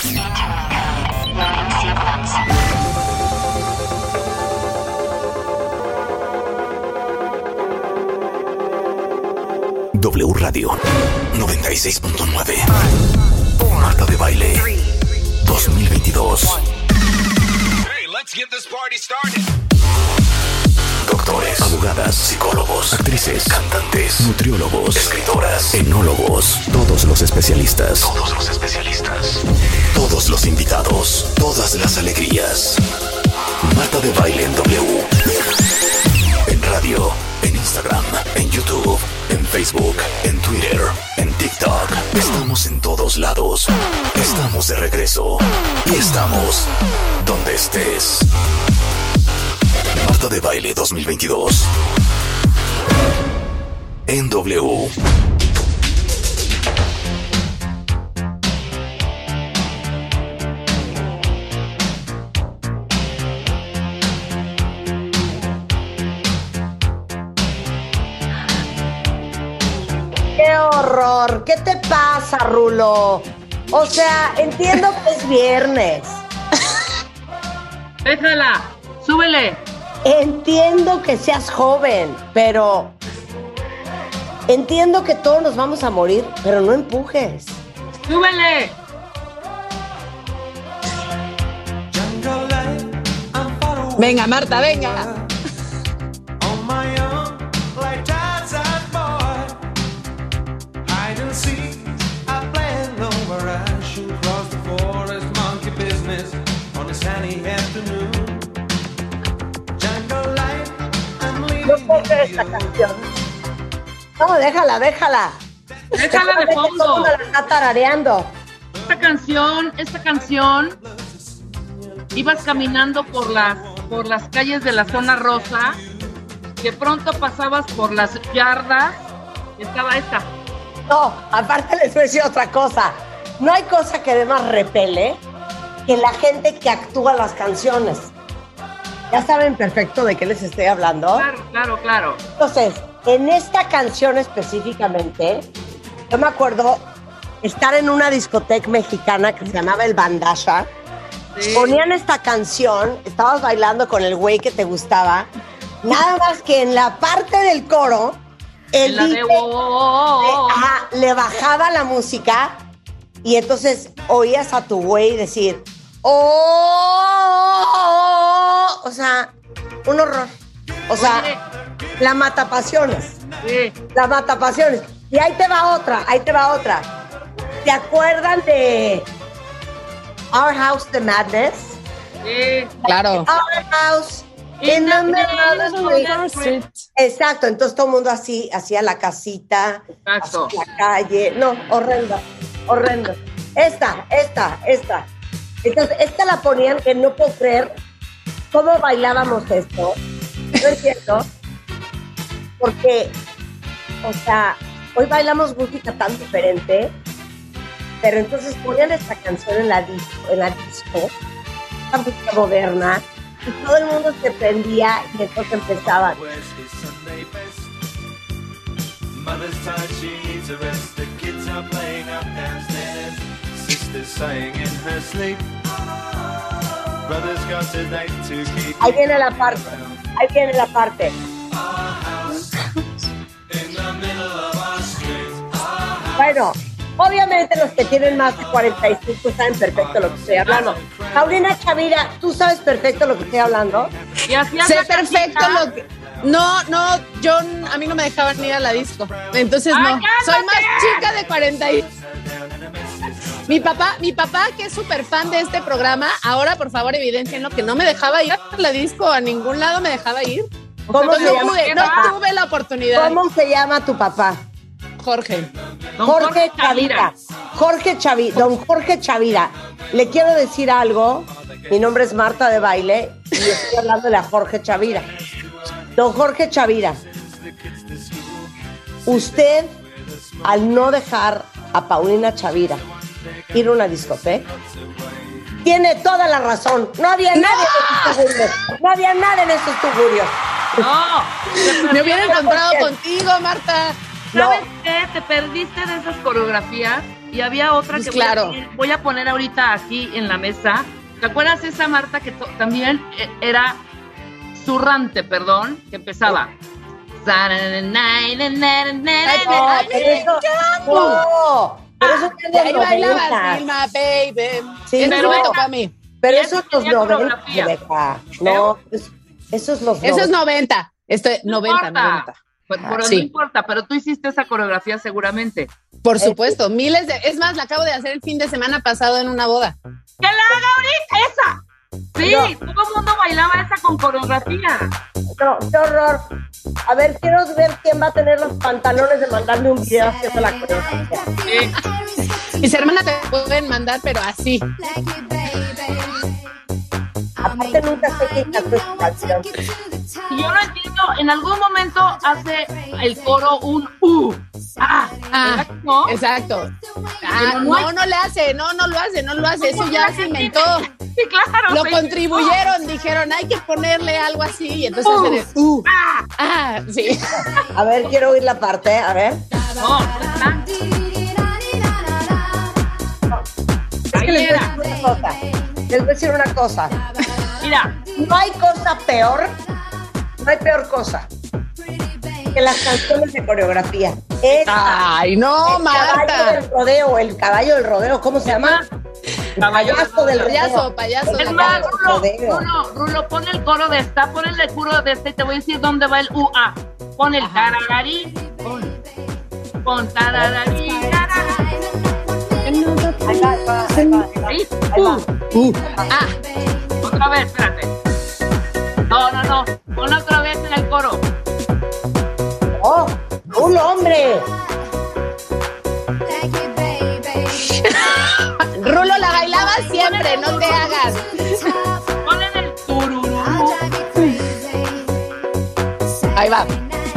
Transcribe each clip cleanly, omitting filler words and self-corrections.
W Radio 96.9. Marta de Baile 2022. Hey, let's get this party started. Doctores, abogadas, psicólogos, actrices, cantantes, nutriólogos, escritoras, enólogos, todos los especialistas. Todos los invitados, todas las alegrías. Marta de Baile en W. En radio, en Instagram, en YouTube, en Facebook, en Twitter, en TikTok. Estamos en todos lados. Estamos de regreso. Y estamos donde estés. Marta de Baile 2022 en W. ¡Qué horror! ¿Qué te pasa, Rulo? O sea, entiendo que es viernes. Déjala, súbele. Entiendo que seas joven, pero entiendo que todos nos vamos a morir, pero no empujes. ¡Súbele! Venga, Marta, venga. No puedo creer esta canción. No, déjala. Déjala de Todo el fondo. mundo la está tarareando. Esta canción, ibas caminando por las calles de la zona rosa, de pronto pasabas por las yardas, y estaba esta. No, aparte les voy a decir otra cosa. No hay cosa que de más repele que la gente que actúa las canciones. ¿Ya saben perfecto de qué les estoy hablando? Claro. Entonces, en esta canción específicamente, yo me acuerdo estar en una discoteca mexicana que se llamaba El Bandasha. Sí. Ponían esta canción, estabas bailando con el güey que te gustaba, nada más que en la parte del coro, el DJ le bajaba la música y entonces oías a tu güey decir, o sea, un horror. O sea, la matapasiones. Sí. La matapasiones. Y ahí te va otra. ¿Se acuerdan de Our House the Madness? Sí. Claro. Our House in the middle of the street. Exacto, entonces todo el mundo así, hacía la casita, Exacto. hacia la calle. No, horrendo. Esta. Entonces, esta la ponían que no puedo creer cómo bailábamos esto. No entiendo. Porque, o sea, hoy bailamos música tan diferente, pero entonces ponían esta canción en la disco, esta música moderna, y todo el mundo se prendía y entonces empezaban. Ahí viene la parte. Bueno, obviamente los que tienen más de 45 saben perfecto lo que estoy hablando. Paulina Chavira, ¿tú sabes perfecto lo que estoy hablando? Sé perfecto lo que... No, yo a mí no me dejaban ir a la disco. Entonces no. ¡Cállate! Soy más chica de 40 y... Mi papá, que es súper fan de este programa, ahora por favor evidencienlo que no me dejaba ir a la disco, a ningún lado me dejaba ir. ¿Cómo se llama? No tuve la oportunidad. ¿Cómo se llama tu papá? Jorge. Jorge Chavira. Don Jorge Chavira. Le quiero decir algo. Mi nombre es Marta de Baile y estoy hablándole a Jorge Chavira. Don Jorge Chavira, usted, al no dejar a Paulina Chavira ir a una discoteca, tiene toda la razón. No había nadie en esos tugurios. No había nada en esos tugurios. No. Me hubiera encontrado contigo, Marta. ¿Sabes qué? Te perdiste de esas coreografías y había otra Pues que claro. voy a poner ahorita aquí en la mesa. ¿Te acuerdas esa Marta que también era zurrante, perdón, que empezaba? Ay, no, pero eso, no, pero eso es de Ahí los bailaba 90. Vilma, baby. Sí, Eso pero- me tocó a mí. Pero Y eso es eso los tenía 90, coreografía. Rebeca. No, eso es los Eso es 90. 90. No 90, importa. 90. Pero Sí. no importa, pero tú hiciste esa coreografía seguramente. Por supuesto, miles de... Es más, la acabo de hacer el fin de semana pasado en una boda. ¡Que la haga ahorita esa! Sí, No. todo el mundo bailaba esa con coreografía. No, qué horror. A ver, quiero ver quién va a tener los pantalones de mandarme un video haciendo la coreografía. Sí. Mis hermanas te pueden mandar, pero así. Aparte nunca sé quién cantó esta canción. Y yo no entiendo, en algún momento hace el coro un ¿verdad que no? Exacto. Pero no hay- No le hace, no lo hace. Eso ya se inventó. Sí, claro. Lo se contribuyeron, dijeron, hay que ponerle algo así. Y entonces hacen el sí. A ver, quiero oír la parte, a ver. No, ¿verdad? Es que Ahí les voy a era. decir una cosa. Les voy a decir una cosa. Mira, No hay cosa peor, no hay peor cosa que las canciones de coreografía. Ay, no, el caballo Marta. del rodeo, el caballo del rodeo, ¿cómo se llama? El payaso del rodeo. Payaso. es El más, caballo del rodeo. Rulo, pon el coro de esta, pon el coro de este y te voy a decir dónde va el UA. Pon el tarararí, pon tarararí, tarararí. Ahí va, ahí va, ahí va, ahí va. Ahí, Ah, otra vez, espérate. No, ponla otra vez en el coro. ¡Oh! ¡Un hombre! Rulo la bailaba siempre, no te hagas. Pon en el tururú. Ahí va.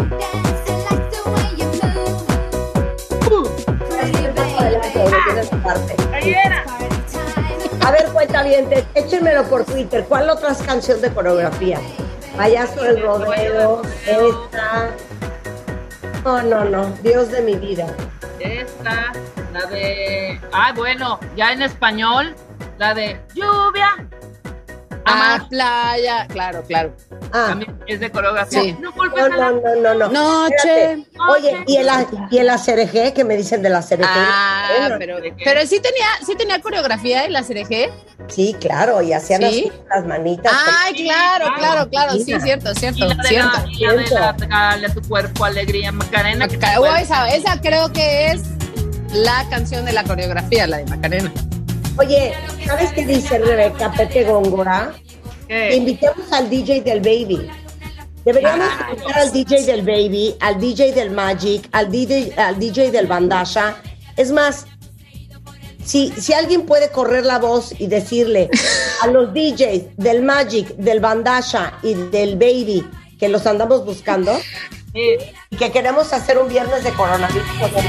Ahí era. A ver, cuenta bien, échenmelo por Twitter. ¿Cuál otra canción de coreografía? Payaso del rodeo, esta. No, Dios de mi vida. Esta, la de. Bueno, ya en español, la de lluvia. Ah, playa. Claro. Ah, También es de coreografía. Sí. No culpes a la. no. Noche. Espérate. Oye, ¿y el ACRG? ¿Qué me dicen de la ACRG? Pero sí tenía coreografía en la CRG. Sí, claro, y hacían ¿Sí? así las manitas. Ay, claro. Sí, cierto. Y la de dale a tu cuerpo alegría, Macarena. que te puede- Esa creo que es la canción de la coreografía, la de Macarena. Oye, ¿sabes qué dice Rebeca Pepe Góngora? ¿Qué? Que invitemos al DJ del Baby. Deberíamos invitar al DJ del Baby, al DJ del Magic, al DJ del Bandasha. Es más, si alguien puede correr la voz y decirle a los DJs del Magic, del Bandasha y del Baby que los andamos buscando y que queremos hacer un viernes de coronavirus.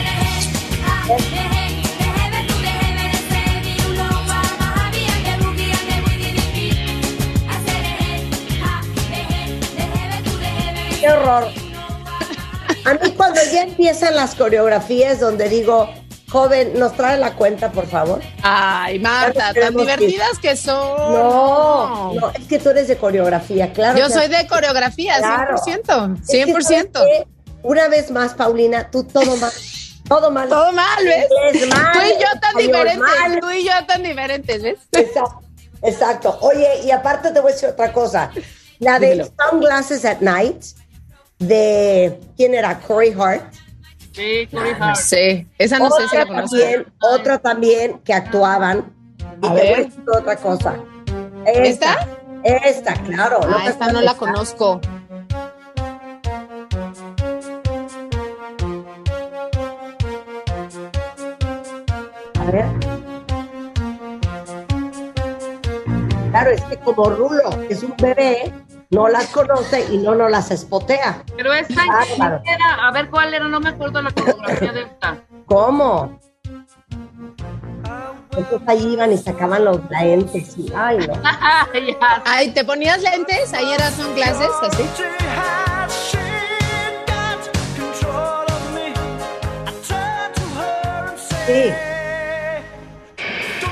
¡Qué horror! A mí cuando ya empiezan las coreografías donde digo, joven, ¿nos trae la cuenta, por favor? Ay, Marta, Ya nos tan queremos divertidas que son. No, es que tú eres de coreografía, claro. Yo que- soy de coreografía, Claro. 100%. Es que, 100%. ¿sabes qué? Una vez más, Paulina, tú todo mal. Todo mal. Todo mal, ¿ves? Inglés mal, Tú y yo tan español diferentes. mal. Tú y yo tan diferentes, ¿ves? Exacto. Oye, y aparte te voy a decir otra cosa. La de Dímelo. Sunglasses at Night, de, ¿quién era? Corey Hart. Sí, Corey No Hart. sé. Esa no sé si la conozco. Otra también que actuaban. Y A te voy a ver. decir otra cosa. ¿Esta? Esta, claro. Ah, te esta no la acuerdas? conozco. A ver. Claro, es que como Rulo es un bebé, no las conoce y no nos las espotea. Pero esta Bárbaro. era, a ver cuál era, no me acuerdo la coreografía de esta. ¿Cómo? Entonces ahí iban y sacaban los lentes y, ay, no. Ya. Ay, ¿te ponías lentes? Ahí eran son clases, así. Sí.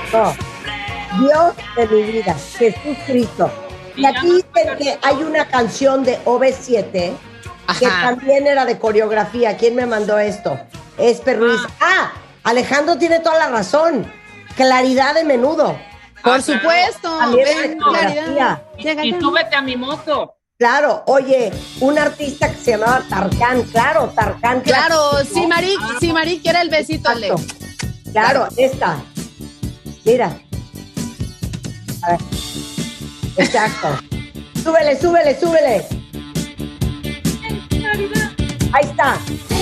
No. Dios de mi vida, Jesús Cristo. Y aquí dicen que hay una canción de OV7 que también era de coreografía. ¿Quién me mandó esto? Esper Ruiz. Alejandro tiene toda la razón. Claridad de Menudo. Por supuesto. También Claridad. Y súbete a mi moto. Claro, oye, un artista que se llamaba Tarkan, claro, Tarkan. Claro, Simarik era el besito, Ale. Claro, esta. Mira. A ver. Exacto. Súbele. Ahí está.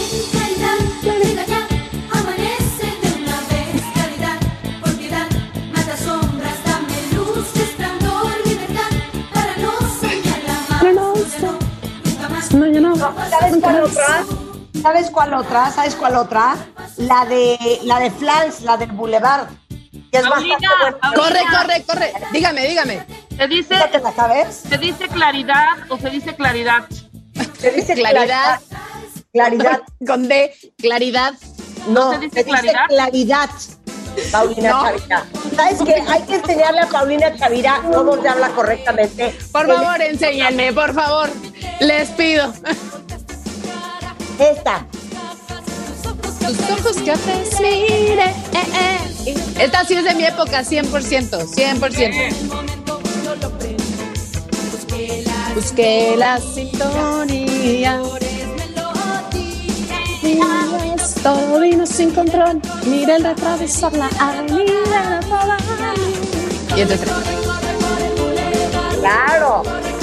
Amanece de una vez, claridad, propiedad, mata sombras, dame luz, resplandor, libertad, para no soñar la más. Nunca más. ¿Sabes cuál otra? ¿Sabes cuál otra? La de Flans, la del Boulevard. Que es Paulina, bastante buena. Corre. Dígame. ¿Se dice, ¿Te la sabes? ¿Se dice claridad o se dice claridad? Se dice Claridad. Claridad. Con D, claridad. No, ¿se dice se claridad? claridad. Paulina Chavira. ¿Sabes qué? Hay que enseñarle a Paulina Chavira cómo se habla correctamente. Por favor, enséñenme, por favor. Les pido. Esta. Tus ojos que haces, mire. Esta sí es de mi época, 100%. Busqué la sintonía. Todo vino sin control. Mira el retrovisor, la avenida. Y entonces. Claro.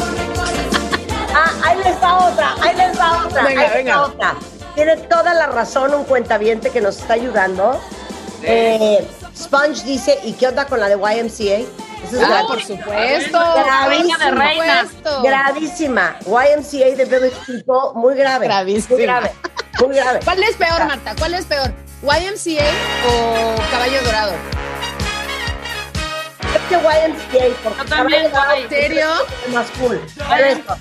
Ahí les va otra. Venga. Otra. Tiene toda la razón un cuentaviente que nos está ayudando. Sponge dice, ¿y qué onda con la de YMCA? Por supuesto. Reina de reinas. Gravísima. YMCA de Village People, muy grave. Gravísima. Muy grave. ¿Cuál es peor, Marta? ¿Cuál es peor? ¿YMCA o Caballo Dorado? Es que YMCA, porque Yo también, Caballo ¿en serio? es más cool. Pero esto,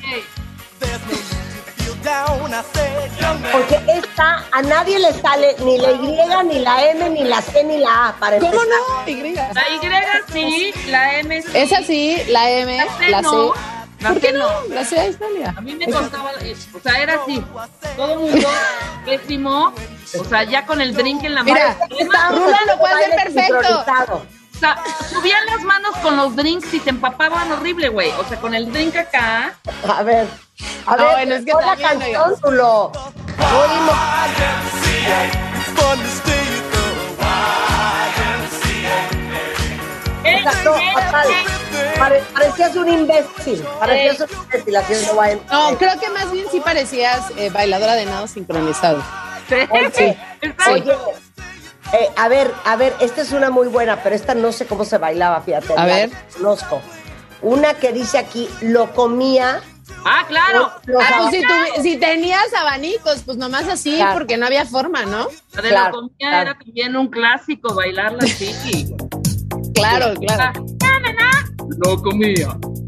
porque esta a nadie le sale ni la Y, ni la M, ni la C, ni la A para ¿Cómo empezar. no? Y. La Y sí, la M sí. Esa sí, la M, la C. no. ¿Por qué no? La C ahí está, mira. A mí me contaba, o sea, era así. Todo el mundo pésimo. O sea, ya con el drink en la mano. Mira, Rulo lo puede hacer perfecto. Sincronizado. O sea, subían las manos con los drinks y te empapaban horrible, güey. O sea, con el drink acá. A ver, bueno, es que pon la también, canción, Rulo. Oímos. Exacto, fatal. Parecías un imbécil. Parecías un imbécil haciendo YMCA. No, creo que más bien sí parecías bailadora de nado sincronizado. Sí. Oye, a ver, esta es una muy buena, pero esta no sé cómo se bailaba, fíjate. A ver. Conozco. Una que dice aquí, lo comía. Ah, claro. Pues si tenías abanicos, pues nomás así, Claro. porque no había forma, ¿no? La de Claro, la comida claro. era también un clásico, bailarla así. Claro. Lo comía.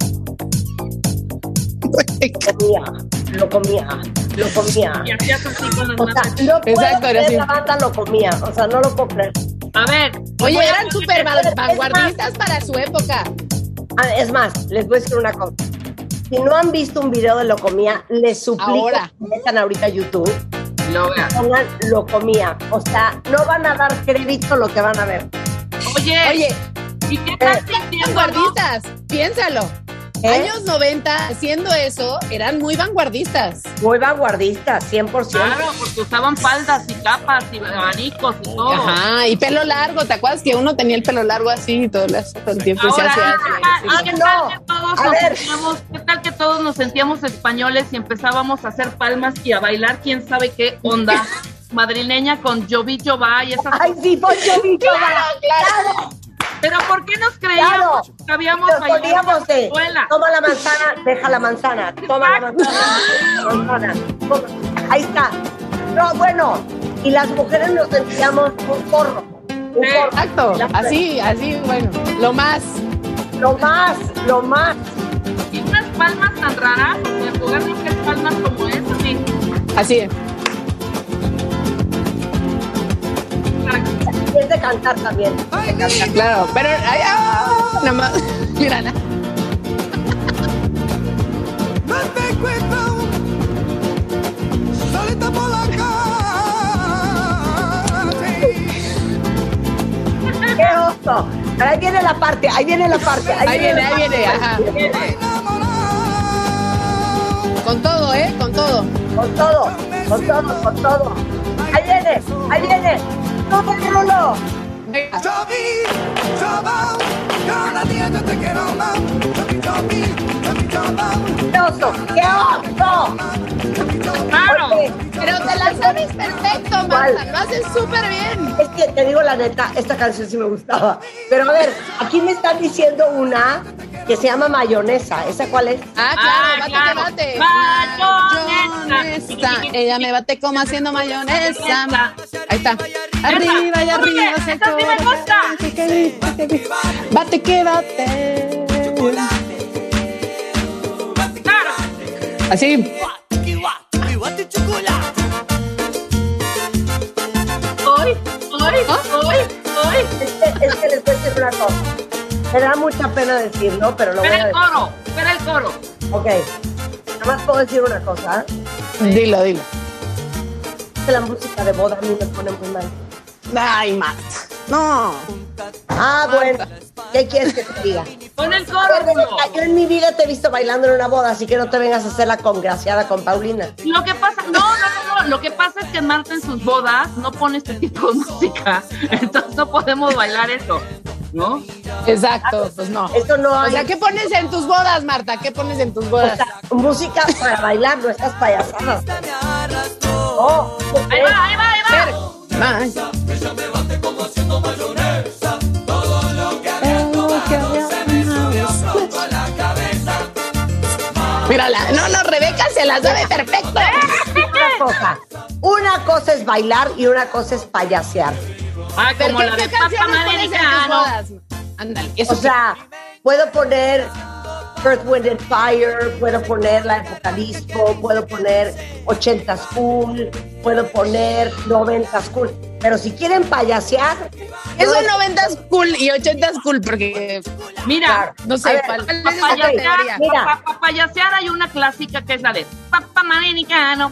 Lo comía. Y hacías así con las O sea, manos. no puedo Exacto, era creer así. la banda lo comía. O sea, no lo puedo creer. A ver. Oye, voy a eran poner- súper vanguardistas para su época. Es más, les voy a decir una cosa. Si no han visto un video de lo comía, les suplico Ahora. que metan ahorita a YouTube, Lo vean. pongan lo comía. O sea, no van a dar crédito lo que van a ver. Oye, ¿y qué tal sintiendo, no? Vanguardistas, piénsalo. Años 90, haciendo eso, eran muy vanguardistas. Muy vanguardista, 100%. Claro, porque usaban faldas y capas y abanicos y todo. Ajá, y pelo largo, ¿te acuerdas que uno tenía el pelo largo así y todo el tiempo? Y se Ahora, hacía ¿y qué tal que todos A nos ver. sentíamos, qué tal que todos nos sentíamos españoles y empezábamos a hacer palmas y a bailar quién sabe qué onda madrileña con Jovi Jová y esas Ay, sí, Poncho Vico. claro. Pero ¿por qué nos creíamos que sabíamos Nos bailar en poníamos la de, escuela? toma la manzana, deja la manzana, toma la manzana. Ahí está. No, bueno, y las mujeres nos sentíamos un porro. Un Sí, porro. Exacto, así, bueno, lo más. Lo más. Y unas palmas tan raras, en lugar de hacer palmas como esas, sí. Así es. Y es de cantar también. Claro, pero nada más. Mírala. ¡Qué oso! Ahí viene la parte, ahí viene la parte. Ahí viene, ajá. Con todo, con todo. Con todo, con todo, con todo. Ahí viene, ahí viene. ¡Toma, Rulo! Venga. ¡Qué oso! ¡Qué oso! Claro. Ok, Pero te la sabes perfecto, Marta. Lo haces súper bien. es que te digo la neta, esta canción sí me gustaba. Pero a ver, aquí me están diciendo una que se llama Mayonesa. ¿Esa cuál es? Ah, claro, bate, Mayonesa. Mayonesa. Ella me bate como haciendo mayonesa. Ahí está. Arriba y arriba. Oye, esa sí me gusta. Bate que bate. Claro. Así. Hoy. Es que les voy a decir una cosa. Me da mucha pena decirlo, pero lo voy a Espera el decir. coro, espera el coro. Ok. Nada más puedo decir una cosa. Dilo. Que la música de boda a mí me pone muy mal. Ay, Marta. No. Ah, bueno. ¿Qué quieres que te diga? Pon el coro, Pero, Rulo. yo en mi vida te he visto bailando en una boda, así que no te vengas a hacer la congraciada con Paulina. Lo que pasa, no. Lo que pasa es que Marta en sus bodas no pone este tipo de música. Entonces no podemos bailar eso, ¿no? Exacto, pues no. Eso no O hay. sea, ¿qué pones en tus bodas, Marta? ¿Qué pones en tus O bodas? sea, música para bailar, no estas payasadas. Oh, Ahí va. Ay. Mírala, no, Rebeca se la sabe perfecto. Una cosa es bailar y una cosa es payasear. Ah, ¿Pero como la qué de Papa canciones pones en tus Americano. bodas? Ándale, eso O sea, puedo poner Earth, Wind and Fire, puedo poner la época disco, puedo poner 80s cool, puedo poner 90s cool. Pero si quieren payasear, es un 90s cool y 80s cool, porque Mira, no A sé ver, cuál es para esa categoría. Mira. Para payasear hay una clásica que es la de Papa Americano.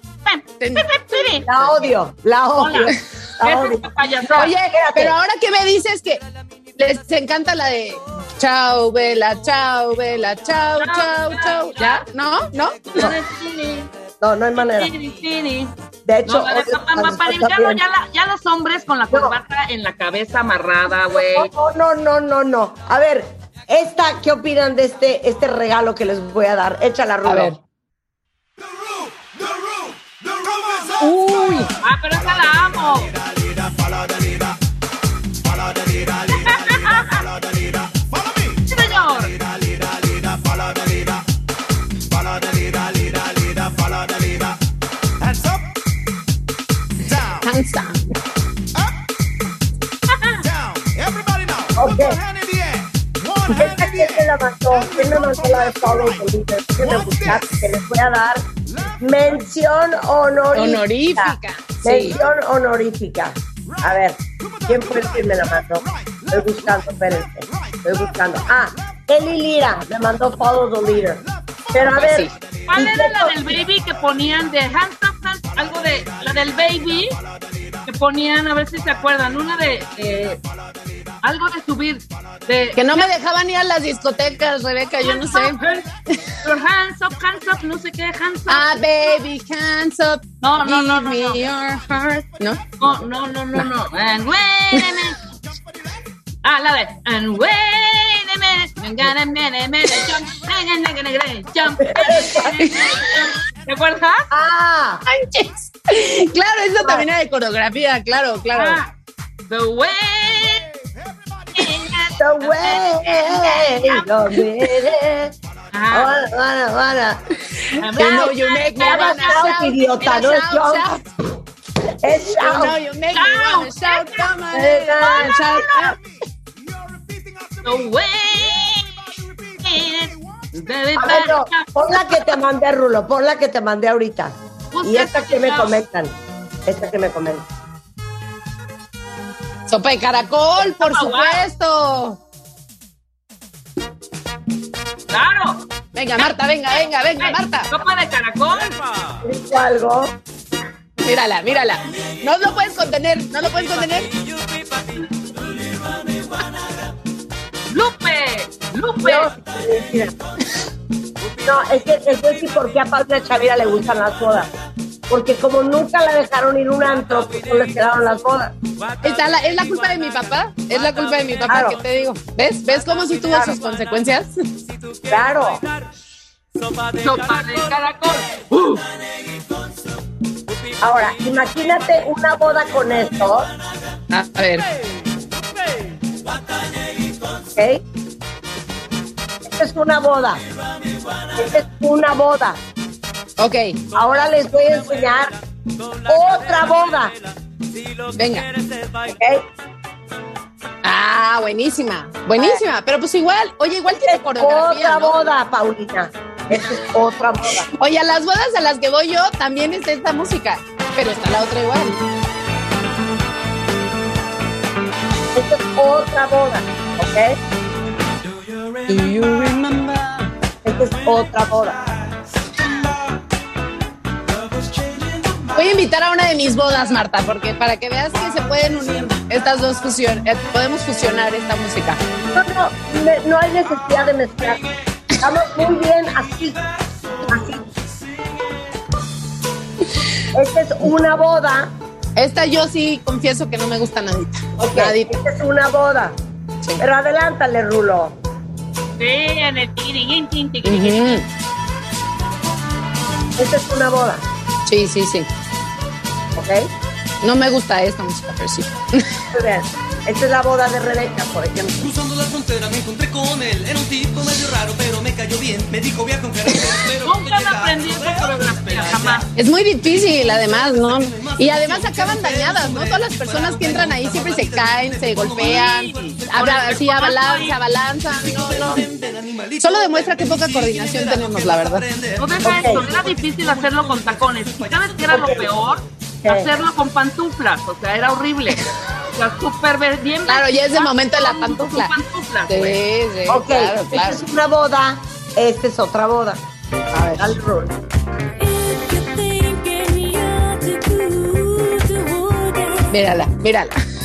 la odio, la odio. Hola. La Esa odio. es para payasear. Oye, pero ahora que me dices que les encanta la de chao, vela, chao, vela, chao, chao, chao. ¿Ya? ¿No? No, no hay manera. De hecho, No, la de odio Papa canciones Americano, también. ya los hombres con la corbata en la cabeza amarrada, güey. No. A ver, ¿qué opinan de este regalo que les voy a dar? Échala, Rulo. A ver. Uy, Ah, pero esa la amo. Sí, señor. cansa. Ok. Esta que se la mandó, ¿quién me mandó la de Follow the Leader? Déjenme buscar, que les voy a dar mención honorífica. Honorífica, sí. Mención honorífica. A ver, ¿quién fue el que me la mandó? Estoy buscando, espérense. Estoy buscando. Ah, Eli Lira me mandó Follow the Leader. Pero a ver. Sí. ¿Cuál era la del baby que ponían de hands up, algo de la del baby que ponían, a ver si se acuerdan, una de algo de subir de Que no me dejaban ir a las discotecas, Rebeca, yo no sé. Your hands up, no sé qué, hands up. Ah, baby, hands up. No. Give me your heart. ¿No? No. And wait a minute. Ah, la de and wait a minute. I'm gonna minute, jump. ¿Te acuerdas? Ah, Sánchez. Claro, eso también era de coreografía, claro. Ah, the way. the way, go with it. Ah, Wanna. You know you make me Ya wanna vas out, shout, idiota, no es shout, jump. shout. Es You know shout. you make me wanna shout, come on, shout. the way. A ver, no, pon la que te mandé, Rulo, pon la que te mandé ahorita. Y esta que me comentan. Sopa de caracol, por Sopa guau. supuesto. ¡Claro! Venga, Marta, venga, Marta. ¡Sopa de caracol! ¿Dijo algo? Mírala. No lo puedes contener. ¡Lupe! No, es que sí, ¿por qué a Paulina Chavira le gustan las bodas? Porque como nunca la dejaron ir a un antro, pues no le quedaron las bodas. Es la culpa de mi papá. Es la culpa de mi papá, Claro. que te digo. ¿Ves cómo sí tuvo sus consecuencias? Claro. ¡Sopa de caracol! Ahora, imagínate una boda con esto, A ver. ¿ok? Esta es una boda. Ok, Ahora les voy a enseñar otra boda, venga. ¿ok? Ah, buenísima. Pero pues igual tiene coreografía, Otra ¿no? boda, Paulina. Esta es otra boda. Oye, a las bodas a las que voy yo también está esta música, pero está la otra igual. Esta es otra boda, ¿ok? Do you remember? Esta es otra boda. Voy a invitar a una de mis bodas, Marta, porque para que veas que se pueden unir estas dos fusiones, podemos fusionar esta música. No hay necesidad de mezclar. Estamos muy bien así. Esta es una boda. Esta yo sí confieso que no me gusta nadita. Ok, Nadita. esta es una boda. Sí. Pero adelántale, Rulo. Sí, en el tirín. Ujú. Esta es una boda, Sí. ¿ok? No me gusta esta música, pero sí. Muy bien. Esta es la boda de Rebeca, por ejemplo. Cruzando la frontera me encontré con él. Era un tipo medio raro, pero me cayó bien. Me dijo viaja con carácter, pero Nunca me aprendí esa coreografía, jamás. Es muy difícil, además, ¿no? Y además acaban dañadas, ¿no? Todas las personas que entran ahí siempre se caen, se golpean, se abalanzan. No. Solo demuestra que poca coordinación tenemos, la verdad. No deja eso, era difícil hacerlo con tacones. ¿Y sabes qué era lo peor? ¿Qué? Hacerlo con pantuflas, o sea, era horrible. O sea, súper bien. Claro, ya es el momento de la pantufla. Con pantuflas, Sí, güey. sí, Ok, claro. esta es una boda, esta es otra boda. A ver. Dale, Rulo. Mírala. Pero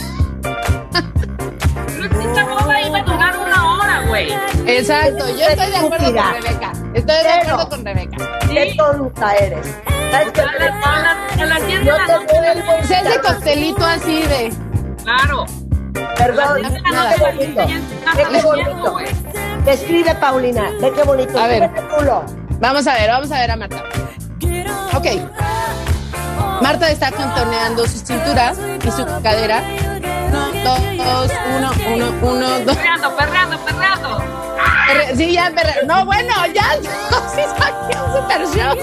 esta boda iba a durar 1 hora, güey. Exacto, yo estoy de acuerdo Estúpida. con Rebeca. Estoy de acuerdo con Rebeca. Qué tonta eres. ¿Sabes qué? A las 10 de No la te noche. vuelvo a O sea, es de costelito así de... Claro. Perdón, A las 10 de la nada, noche qué la bonito. gente ya en su casa Ve qué durmiendo, bonito. güey. Describe, Paulina. Ve qué bonito. A ver. Súbete, Rulo. Vamos a ver a Marta. Ok. Marta está contorneando su cintura y su cadera. 2, 1, 2. Perreando. Sí, ya, no, bueno, ya. Sí, saqué un super show.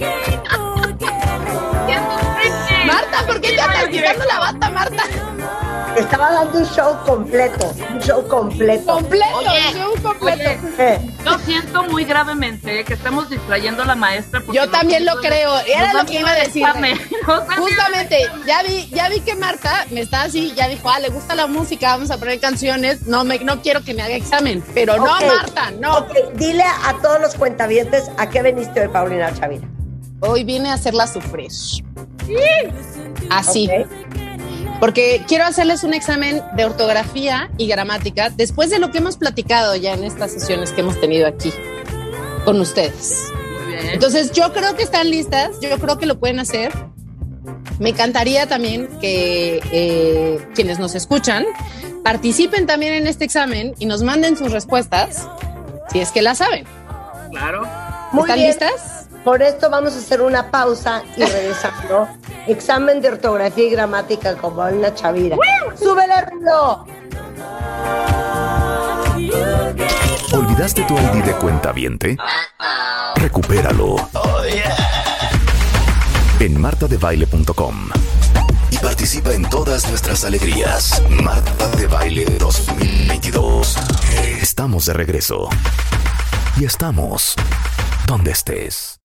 Marta, ¿por qué te andas quitando la bata, Marta? Estaba dando un show completo. Un show completo. Completo, Oye, show completo. Yo siento muy gravemente que estamos distrayendo a la maestra. porque Yo también lo creo. Era lo que iba a decir. Justamente. Justamente, ya vi que Marta me está así, ya dijo, le gusta la música, vamos a poner canciones, no no quiero que me haga examen, pero no, Ok. Marta, no. Ok, dile a todos los cuentavientes a qué veniste hoy, Paulina Chavira. Hoy vine a hacerla sufrir. Así. Ok. Porque quiero hacerles un examen de ortografía y gramática después de lo que hemos platicado ya en estas sesiones que hemos tenido aquí con ustedes. Muy bien. Entonces, yo creo que están listas, yo creo que lo pueden hacer. Me encantaría también que quienes nos escuchan participen también en este examen y nos manden sus respuestas, si es que las saben. Claro. Muy ¿Están bien. listas? Por esto vamos a hacer una pausa y regresando. Examen de ortografía y gramática con Paulina Chavira. ¡Súbele, Rulo! ¿Olvidaste tu ID de cuentaviente? Recupéralo. En martadebaile.com. Y participa en todas nuestras alegrías. Marta de Baile 2022. Estamos de regreso. Y estamos donde estés.